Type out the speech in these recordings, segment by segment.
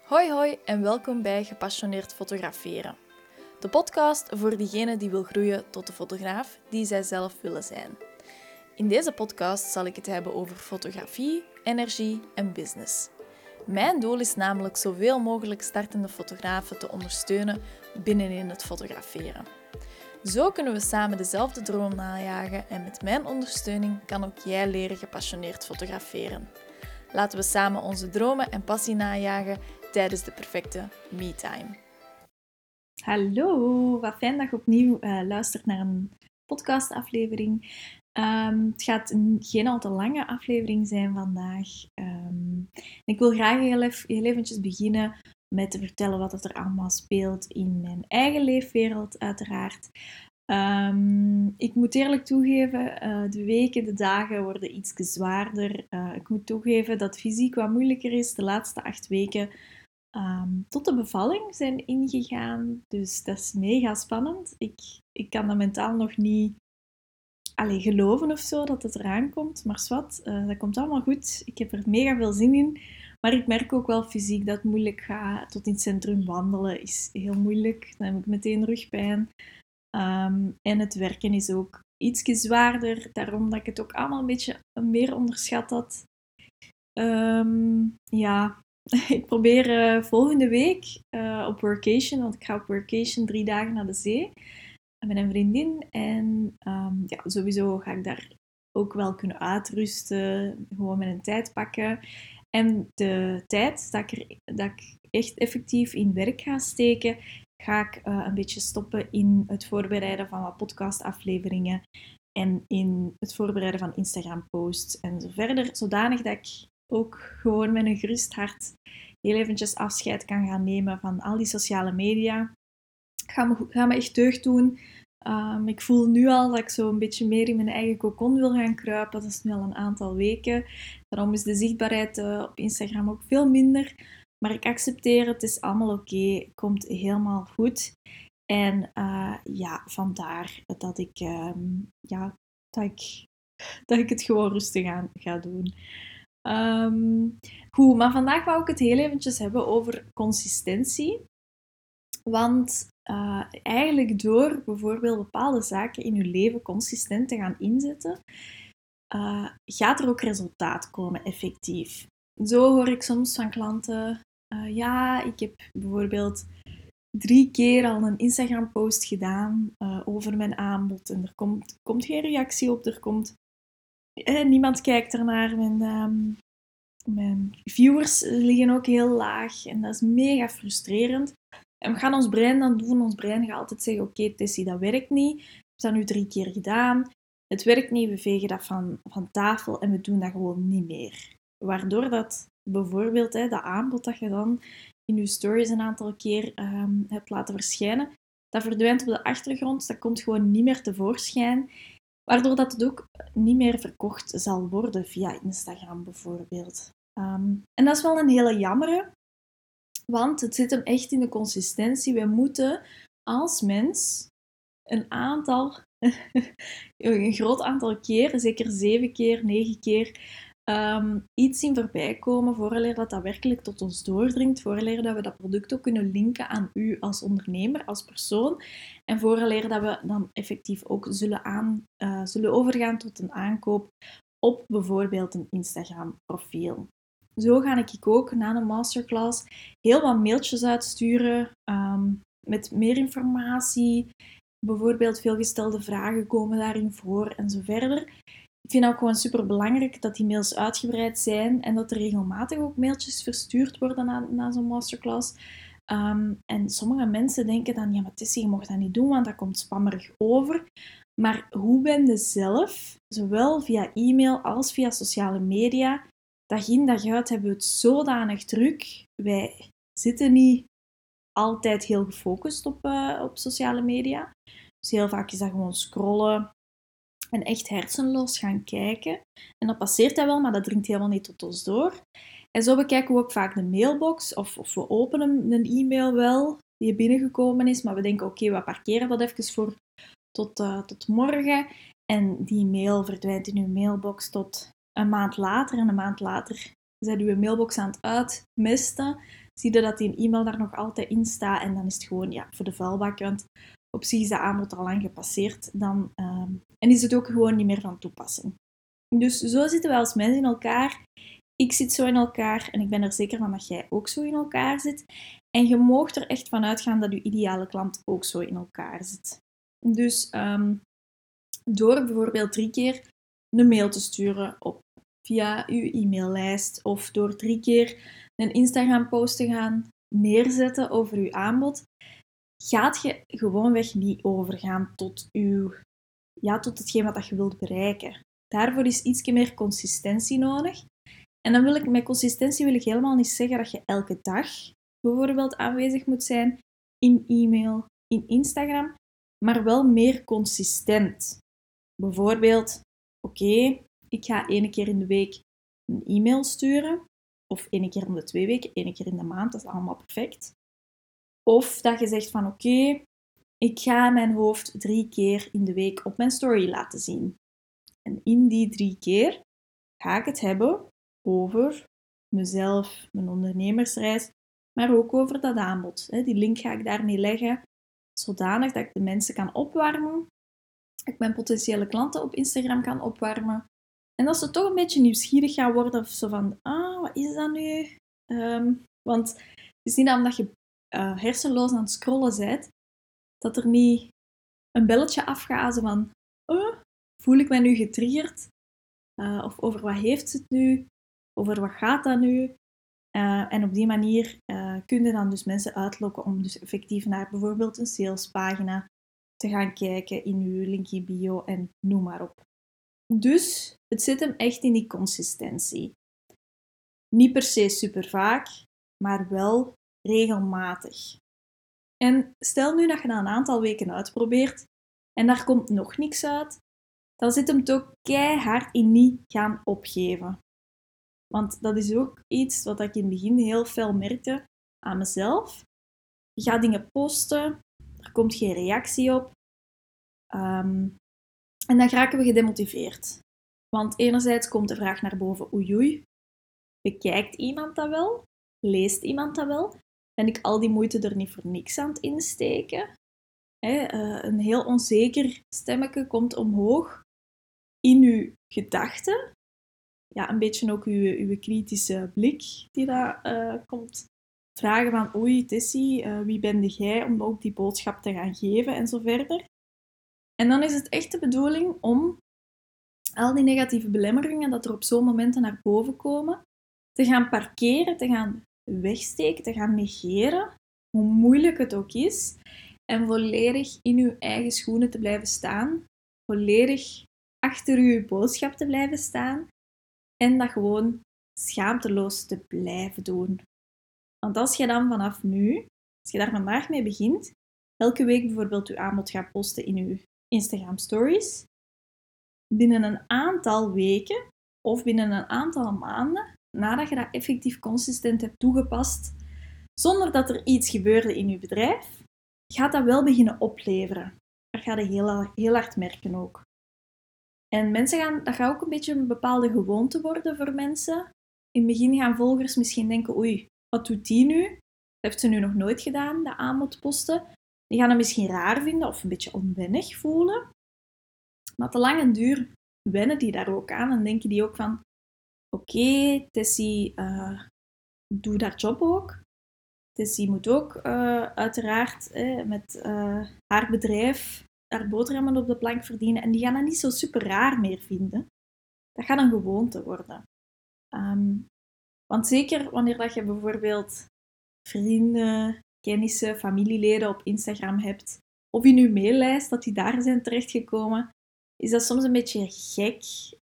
Hoi hoi en welkom bij Gepassioneerd Fotograferen. De podcast voor diegene die wil groeien tot de fotograaf die zij zelf willen zijn. In deze podcast zal ik het hebben over fotografie, energie en business. Mijn doel is namelijk zoveel mogelijk startende fotografen te ondersteunen binnenin het fotograferen. Zo kunnen we samen dezelfde droom najagen en met mijn ondersteuning kan ook jij leren gepassioneerd fotograferen. Laten we samen onze dromen en passie najagen tijdens de perfecte me-time. Hallo, wat fijn dat je opnieuw luistert naar een podcastaflevering. Het gaat geen al te lange aflevering zijn vandaag. Ik wil graag heel eventjes beginnen met te vertellen wat er allemaal speelt in mijn eigen leefwereld, uiteraard. Ik moet eerlijk toegeven, de weken, de dagen worden iets zwaarder. Ik moet toegeven dat fysiek wat moeilijker is. De laatste 8 weken tot de bevalling zijn ingegaan. Dus dat is mega spannend. Ik kan dat mentaal nog niet geloven of zo, dat het eraan komt. Maar zwart, dat komt allemaal goed. Ik heb er mega veel zin in. Maar ik merk ook wel fysiek dat het moeilijk gaat. Tot in het centrum wandelen is heel moeilijk. Dan heb ik meteen rugpijn. En het werken is ook ietsje zwaarder. Daarom dat ik het ook allemaal een beetje meer onderschat had. Ik probeer volgende week op workation, want ik ga op workation 3 dagen naar de zee met een vriendin. En sowieso ga ik daar ook wel kunnen uitrusten, gewoon met een tijd pakken. En de tijd dat ik echt effectief in werk ga steken, ga ik een beetje stoppen in het voorbereiden van wat podcastafleveringen en in het voorbereiden van Instagram-posts en zo verder, zodanig dat ik ook gewoon met een gerust hart heel eventjes afscheid kan gaan nemen van al die sociale media. Ga me echt deugd doen. Ik voel nu al dat ik zo een beetje meer in mijn eigen cocon wil gaan kruipen. Dat is nu al een aantal weken. Daarom is de zichtbaarheid op Instagram ook veel minder. Maar ik accepteer het, is allemaal oké. Komt helemaal goed. En vandaar dat ik het gewoon rustig aan ga doen. Goed, maar vandaag wou ik het heel eventjes hebben over consistentie. Want eigenlijk door bijvoorbeeld bepaalde zaken in je leven consistent te gaan inzetten, gaat er ook resultaat komen, effectief. Zo hoor ik soms van klanten, ik heb bijvoorbeeld 3 keer al een Instagram-post gedaan over mijn aanbod en er komt geen reactie op, niemand kijkt ernaar. Mijn viewers liggen ook heel laag en dat is mega frustrerend. En we gaan ons brein dan doen. Ons brein gaat altijd zeggen, oké, Tessie, dat werkt niet. We hebben dat nu 3 keer gedaan. Het werkt niet, we vegen dat van tafel en we doen dat gewoon niet meer. Waardoor dat bijvoorbeeld dat aanbod dat je dan in je stories een aantal keer hebt laten verschijnen, dat verdwijnt op de achtergrond, dat komt gewoon niet meer tevoorschijn. Waardoor dat het ook niet meer verkocht zal worden via Instagram bijvoorbeeld. En dat is wel een hele jammere, want het zit hem echt in de consistentie. We moeten als mens een groot aantal keer, zeker 7 keer, 9 keer, iets zien voorbij komen vooraleer dat werkelijk tot ons doordringt, vooraleer dat we dat product ook kunnen linken aan u als ondernemer, als persoon, en vooraleer dat we dan effectief ook zullen overgaan tot een aankoop op bijvoorbeeld een Instagram profiel. Zo ga ik ook na de masterclass heel wat mailtjes uitsturen met meer informatie. Bijvoorbeeld veel gestelde vragen komen daarin voor en zo verder. Ik vind het ook gewoon super belangrijk dat die mails uitgebreid zijn en dat er regelmatig ook mailtjes verstuurd worden na zo'n masterclass. En sommige mensen denken dan, ja maar Tessie, je mag dat niet doen, want dat komt spammerig over. Maar hoe ben je zelf, zowel via e-mail als via sociale media, dag in dag uit hebben we het zodanig druk. Wij zitten niet altijd heel gefocust op sociale media. Dus heel vaak is dat gewoon scrollen en echt hersenloos gaan kijken. En dan passeert dat wel, maar dat dringt helemaal niet tot ons door. En zo bekijken we ook vaak de mailbox, of we openen een e-mail wel die binnengekomen is, maar we denken oké, we parkeren dat even voor tot morgen. En die mail verdwijnt in uw mailbox tot een maand later. En een maand later zet uw mailbox aan het uitmisten. zie je dat die e-mail daar nog altijd in staat en dan is het gewoon voor de vuilbak, want op zich is dat aanbod al lang gepasseerd en is het ook gewoon niet meer van toepassing. Dus zo zitten wij als mensen in elkaar. Ik zit zo in elkaar en ik ben er zeker van dat jij ook zo in elkaar zit. En je mag er echt van uitgaan dat je ideale klant ook zo in elkaar zit. Dus door bijvoorbeeld 3 keer een mail te sturen via je e-maillijst of door 3 keer een Instagram-post te gaan neerzetten over je aanbod, gaat je gewoonweg niet overgaan tot hetgeen wat je wilt bereiken. Daarvoor is iets meer consistentie nodig. En dan met consistentie wil ik helemaal niet zeggen dat je elke dag bijvoorbeeld aanwezig moet zijn in e-mail, in Instagram, maar wel meer consistent. Bijvoorbeeld, ik ga 1 keer in de week een e-mail sturen, of 1 keer om de 2 weken, 1 keer in de maand, dat is allemaal perfect. Of dat je zegt van ik ga mijn hoofd 3 keer in de week op mijn story laten zien. En in die 3 keer ga ik het hebben over mezelf, mijn ondernemersreis, maar ook over dat aanbod. Die link ga ik daarmee leggen, zodanig dat ik de mensen kan opwarmen, dat ik mijn potentiële klanten op Instagram kan opwarmen. En dat ze toch een beetje nieuwsgierig gaan worden, of zo van, wat is dat nu? Want het is niet omdat je hersenloos aan het scrollen bent, dat er niet een belletje afgaat van, voel ik mij nu getriggerd? Of over wat heeft het nu? Over wat gaat dat nu? En op die manier kun je dan dus mensen uitlokken om dus effectief naar bijvoorbeeld een salespagina te gaan kijken in je Linky bio en noem maar op. Dus het zit hem echt in die consistentie. Niet per se super vaak, maar wel regelmatig. En stel nu dat je dat een aantal weken uitprobeert en daar komt nog niks uit, dan zit hem toch keihard in niet gaan opgeven. Want dat is ook iets wat ik in het begin heel veel merkte aan mezelf. Je gaat dingen posten, er komt geen reactie op. En dan raken we gedemotiveerd. Want enerzijds komt de vraag naar boven, oei, bekijkt iemand dat wel? Leest iemand dat wel? Ben ik al die moeite er niet voor niks aan het insteken? Een heel onzeker stemmetje komt omhoog in uw gedachten. Ja, een beetje ook uw kritische blik die daar komt vragen van oei, Tessie, wie ben jij om ook die boodschap te gaan geven en zo verder. En dan is het echt de bedoeling om al die negatieve belemmeringen dat er op zo'n momenten naar boven komen, te gaan parkeren, te gaan wegsteken, te gaan negeren, hoe moeilijk het ook is, en volledig in uw eigen schoenen te blijven staan, volledig achter uw boodschap te blijven staan en dat gewoon schaamteloos te blijven doen. Want als je dan vanaf nu, als je daar vandaag mee begint, elke week bijvoorbeeld je aanbod gaat posten in je Instagram stories, binnen een aantal weken of binnen een aantal maanden, nadat je dat effectief consistent hebt toegepast, zonder dat er iets gebeurde in je bedrijf, gaat dat wel beginnen opleveren. Dat ga je heel hard merken ook. En dat gaat ook een beetje een bepaalde gewoonte worden voor mensen. In het begin gaan volgers misschien denken, oei, wat doet die nu? Dat heeft ze nu nog nooit gedaan, dat aanbod posten. Die gaan het misschien raar vinden of een beetje onwennig voelen. Maar te lang en duur wennen die daar ook aan en denken die ook van, oké, Tessie doet haar job ook. Tessie moet ook uiteraard met haar bedrijf haar boterhammen op de plank verdienen. En die gaan dat niet zo super raar meer vinden. Dat gaat een gewoonte worden. Want zeker wanneer dat je bijvoorbeeld vrienden, kennissen, familieleden op Instagram hebt, of in je maillijst, dat die daar zijn terechtgekomen, is dat soms een beetje gek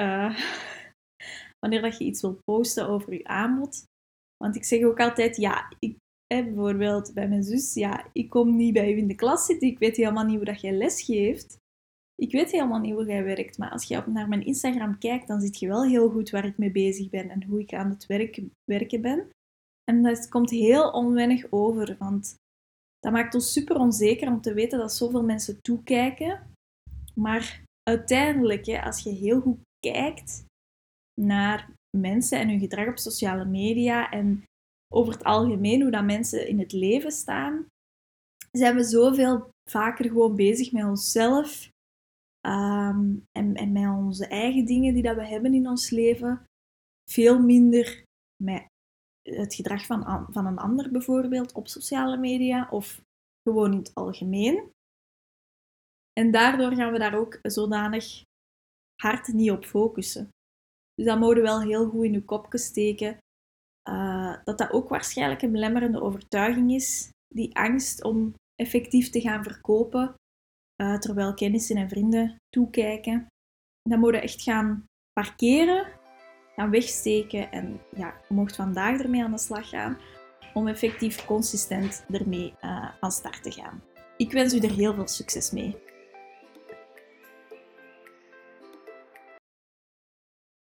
wanneer dat je iets wil posten over je aanbod. Want ik zeg ook altijd, bijvoorbeeld bij mijn zus, ik kom niet bij u in de klas zitten, ik weet helemaal niet hoe dat jij les geeft. Ik weet helemaal niet hoe jij werkt, maar als je naar mijn Instagram kijkt, dan zie je wel heel goed waar ik mee bezig ben en hoe ik aan het werken ben. En dat komt heel onwennig over, want dat maakt ons super onzeker om te weten dat zoveel mensen toekijken. Maar uiteindelijk, als je heel goed kijkt naar mensen en hun gedrag op sociale media en over het algemeen, hoe dat mensen in het leven staan, zijn we zoveel vaker gewoon bezig met onszelf en met onze eigen dingen die dat we hebben in ons leven. Veel minder met het gedrag van een ander bijvoorbeeld op sociale media of gewoon in het algemeen. En daardoor gaan we daar ook zodanig hard niet op focussen. Dus dat moet je wel heel goed in je kopje steken. Dat ook waarschijnlijk een belemmerende overtuiging is. Die angst om effectief te gaan verkopen, terwijl kennissen en vrienden toekijken. Dat moet je echt gaan parkeren, gaan wegsteken en ja, je mocht vandaag ermee aan de slag gaan om effectief consistent ermee aan start te gaan. Ik wens u er heel veel succes mee.